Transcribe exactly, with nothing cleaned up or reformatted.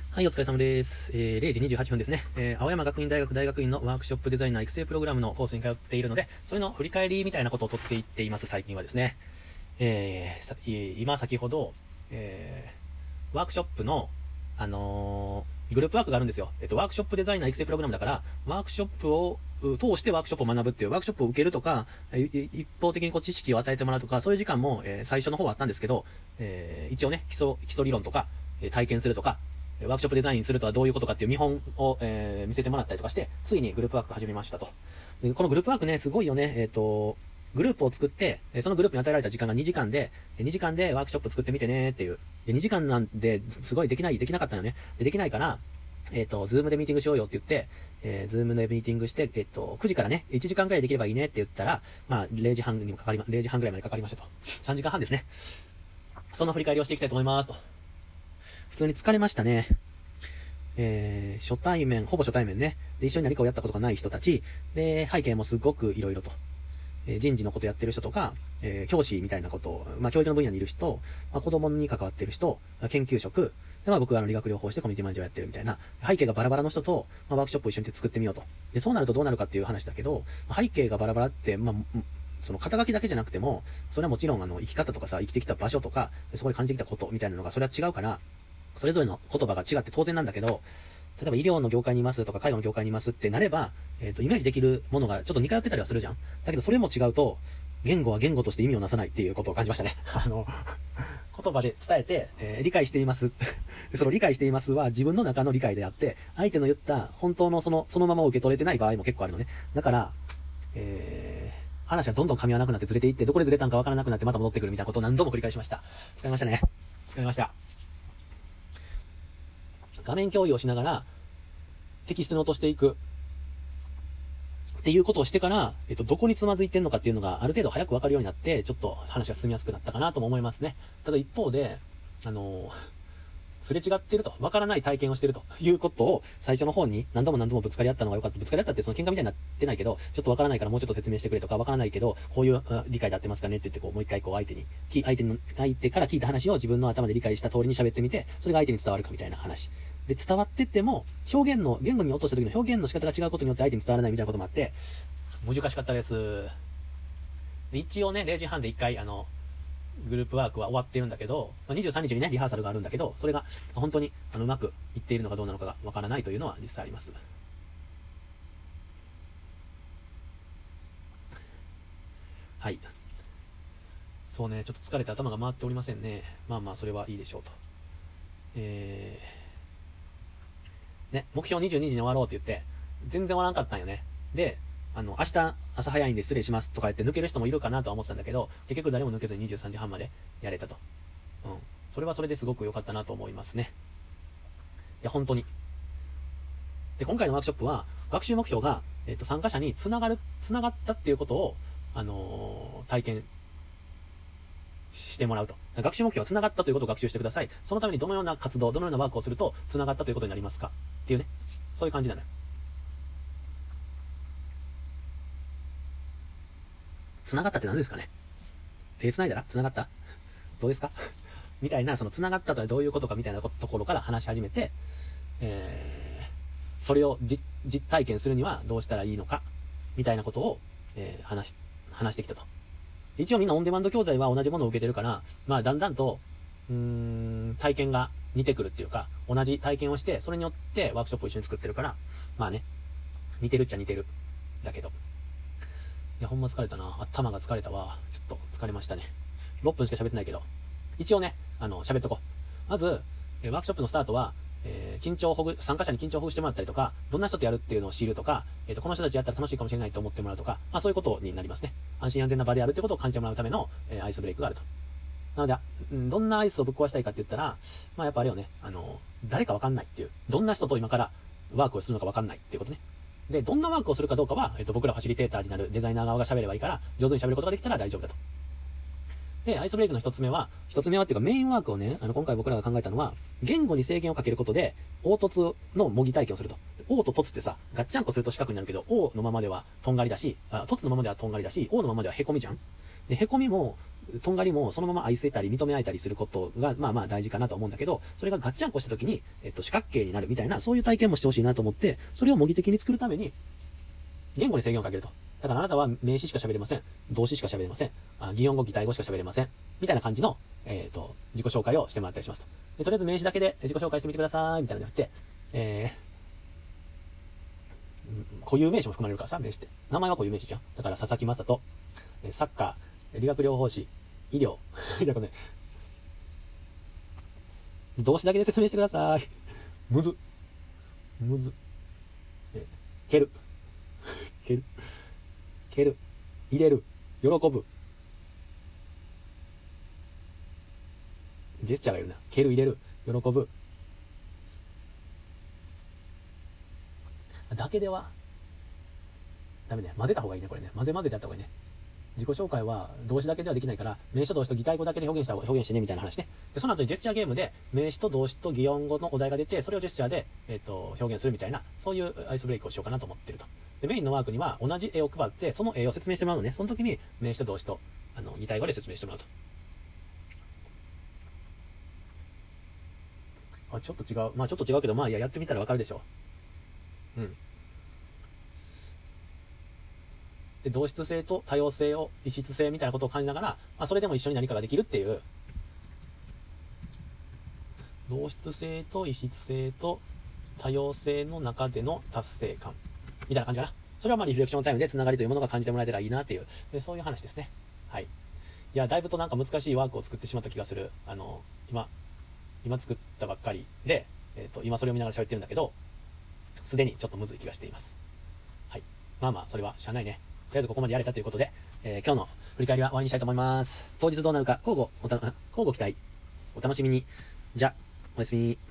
はい、お疲れ様です。えー、れいじにじゅうはっぷんですね。えー、青山学院大学大学院のワークショップデザイナー育成プログラムのコースに通っているので、それの振り返りみたいなことを取っていっています、最近はですね。えー、さ今先ほど、えー、ワークショップの、あのー、グループワークがあるんですよ。えっと、ワークショップデザイナー育成プログラムだから、ワークショップを通してワークショップを学ぶっていう、ワークショップを受けるとか、一方的にこう知識を与えてもらうとか、そういう時間も、えー、最初の方はあったんですけど、えー、一応ね、基礎、基礎理論とか、体験するとか、ワークショップデザインするとはどういうことかっていう見本を、えー、見せてもらったりとかして、ついにグループワークを始めましたと。で、このグループワークね、すごいよね。えっと、グループを作って、そのグループに与えられた時間がにじかんで、にじかんでワークショップ作ってみてねっていう。で、にじかんなんで、すごいできない、できなかったよね。で、できないから、えっと、ズームでミーティングしようよって言って、えー、ズームでミーティングして、えっと、くじからね、いちじかんくらいできればいいねって言ったら、まあ、れいじはんにもかかりま、れいじはんぐらいまでかかりましたと。さんじかんはんですね。そんな振り返りをしていきたいと思いますと。普通に疲れましたね。えー、初対面、ほぼ初対面ね。で、一緒に何かをやったことがない人たち。で、背景もすごくいろいろと。えー、人事のことやってる人とか、えー、教師みたいなことを、まあ、教育の分野にいる人、まあ、子供に関わってる人、研究職、で、まあ、僕はあの理学療法してコミュニティマネージャーをやってるみたいな、背景がバラバラの人と、まあ、ワークショップを一緒に作ってみようと。で、そうなるとどうなるかっていう話だけど、背景がバラバラって、まあ、その肩書きだけじゃなくても、それはもちろんあの、生き方とかさ、生きてきた場所とか、そこで感じてきたことみたいなのが、それは違うから、それぞれの言葉が違って当然なんだけど、例えば医療の業界にいますとか介護の業界にいますってなれば、えっと、イメージできるものがちょっと似通ってたりはするじゃん。だけどそれも違うと、言語は言語として意味をなさないっていうことを感じましたね。あの、言葉で伝えて、えー、理解しています。その理解していますは自分の中の理解であって、相手の言った本当のその、そのまま受け取れてない場合も結構あるのね。だから、えー、話がどんどん噛み合わなくなってずれていって、どこでずれたんかわからなくなってまた戻ってくるみたいなことを何度も繰り返しました。疲れましたね。疲れました。画面共有をしながらテキストに落としていくっていうことをしてから、えっと、どこにつまずいてんのかっていうのがある程度早くわかるようになって、ちょっと話が進みやすくなったかなとも思いますね。ただ一方で、あのー、すれ違ってると、わからない体験をしてるということを最初の方に何度も何度もぶつかり合ったのが良かった。ぶつかり合ったってその喧嘩みたいになってないけど、ちょっとわからないからもうちょっと説明してくれとか、わからないけど、こういう理解で合ってますかねって言って、こう、もう一回こう相手に、相手の、相手から聞いた話を自分の頭で理解した通りに喋ってみて、それが相手に伝わるかみたいな話。で、伝わってっても、表現の、言語に落とした時の表現の仕方が違うことによって相手に伝わらないみたいなこともあって、難しかったです。で、一応ね、れいじはんで一回、あの、グループワークは終わってるんだけど、にじゅうさんにちにね、リハーサルがあるんだけど、それが本当にあのうまくいっているのかどうなのかがわからないというのは実際あります。はい。そうね、ちょっと疲れて頭が回っておりませんね。まあまあ、それはいいでしょうと。えー、ね、目標にじゅうにじに終わろうって言って、全然終わらんかったんよね。で、あの、明日朝早いんで失礼しますとか言って抜ける人もいるかなとは思ってたんだけど、結局誰も抜けずににじゅうさんじはんまでやれたと。うん。それはそれですごく良かったなと思いますね。いや、本当に。で、今回のワークショップは、学習目標が、えっと、参加者につながる、つながったっていうことを、あのー、体験してもらうと。学習目標はつながったということを学習してください。そのためにどのような活動、どのようなワークをすると、つながったということになりますかっていうね。そういう感じなのよ。繋がったって何ですかね。手繋いだら繋がったどうですかみたいな、その繋がったとはどういうことかみたいなところから話し始めて、えー、それを実、実体験するにはどうしたらいいのか、みたいなことを、えー、話し、話してきたと。一応みんなオンデマンド教材は同じものを受けてるから、まあだんだんと、うーん、体験が似てくるっていうか、同じ体験をして、それによってワークショップを一緒に作ってるから、まあね、似てるっちゃ似てる。だけど。いや、ほんま疲れたな。頭が疲れたわ。ちょっと疲れましたね。ろっぷんしか喋ってないけど。一応ね、あの、喋っとこう。まず、えー、ワークショップのスタートは、えー、緊張をほぐ、参加者に緊張をほぐしてもらったりとか、どんな人とやるっていうのを知るとか、えっと、この人たちやったら楽しいかもしれないと思ってもらうとか、まあそういうことになりますね。安心安全な場であるってことを感じてもらうための、えー、アイスブレイクがあると。なので、うん、どんなアイスをぶっ壊したいかって言ったら、まあやっぱあれよね、あの、誰かわかんないっていう。どんな人と今からワークをするのかわかんないっていうことね。で、どんなワークをするかどうかは、えっと、僕らファシリテーターになるデザイナー側が喋ればいいから、上手に喋ることができたら大丈夫だと。で、アイスブレイクの一つ目は、一つ目はっていうかメインワークをね、あの、今回僕らが考えたのは、言語に制限をかけることで、凹凸の模擬体験をすると。O と凸ってさ、ガッチャンコすると四角になるけど、O のままではとんがりだし、あ、凸のままではとんがりだし、O のままでは凹みじゃん。で、凹みも、 とんがりもそのまま愛せたり認め合えたりすることが、まあまあ大事かなと思うんだけど、それがガッチャンコした時に、えっと、四角形になるみたいな、そういう体験もしてほしいなと思って、それを模擬的に作るために、言語に制限をかけると。だからあなたは名詞しか喋れません。動詞しか喋れません。あ擬音語、擬態語しか喋れません。みたいな感じの、えっと、自己紹介をしてもらったりしますと。でとりあえず名詞だけで自己紹介してみてください、みたいなので振って、えー、固有名詞も含まれるからさ、名詞って。名前は固有名詞じゃん。だから佐々木正人、サッカー、理学療法士、医療。いや、これね、動詞だけで説明してください。むず。むず。え、蹴る。蹴る。蹴る。入れる。喜ぶ。ジェスチャーがいるな。蹴る、入れる。喜ぶ。だけでは、ダメね。混ぜた方がいいね、これね。混ぜ混ぜてやった方がいいね。自己紹介は動詞だけではできないから、名詞と動詞と擬態語だけで表現した方が、表現してね、みたいな話ね。で、その後にジェスチャーゲームで、名詞と動詞と擬音語のお題が出て、それをジェスチャーで、えっと、表現するみたいな、そういうアイスブレイクをしようかなと思ってると。で、メインのワークには同じ絵を配って、その絵を説明してもらうのね。その時に、名詞と動詞と、あの、擬態語で説明してもらうと。あ、ちょっと違う。まあちょっと違うけど、まあいや、やってみたらわかるでしょう。うん。で、同質性と多様性を、異質性みたいなことを感じながら、まあ、それでも一緒に何かができるっていう、同質性と異質性と多様性の中での達成感、みたいな感じかな。それはまあリフレクションタイムでつながりというものが感じてもらえたらいいなっていう、でそういう話ですね。はい。いや、だいぶとなんか難しいワークを作ってしまった気がする。あの、今、今作ったばっかりで、えっと、今それを見ながら喋ってるんだけど、すでにちょっとむずい気がしています。はい。まあまあ、それはしゃあないね。とりあえずここまでやれたということで、えー、今日の振り返りは終わりにしたいと思います。当日どうなるか、交互、おた、交互期待。お楽しみに。じゃ、おやすみ。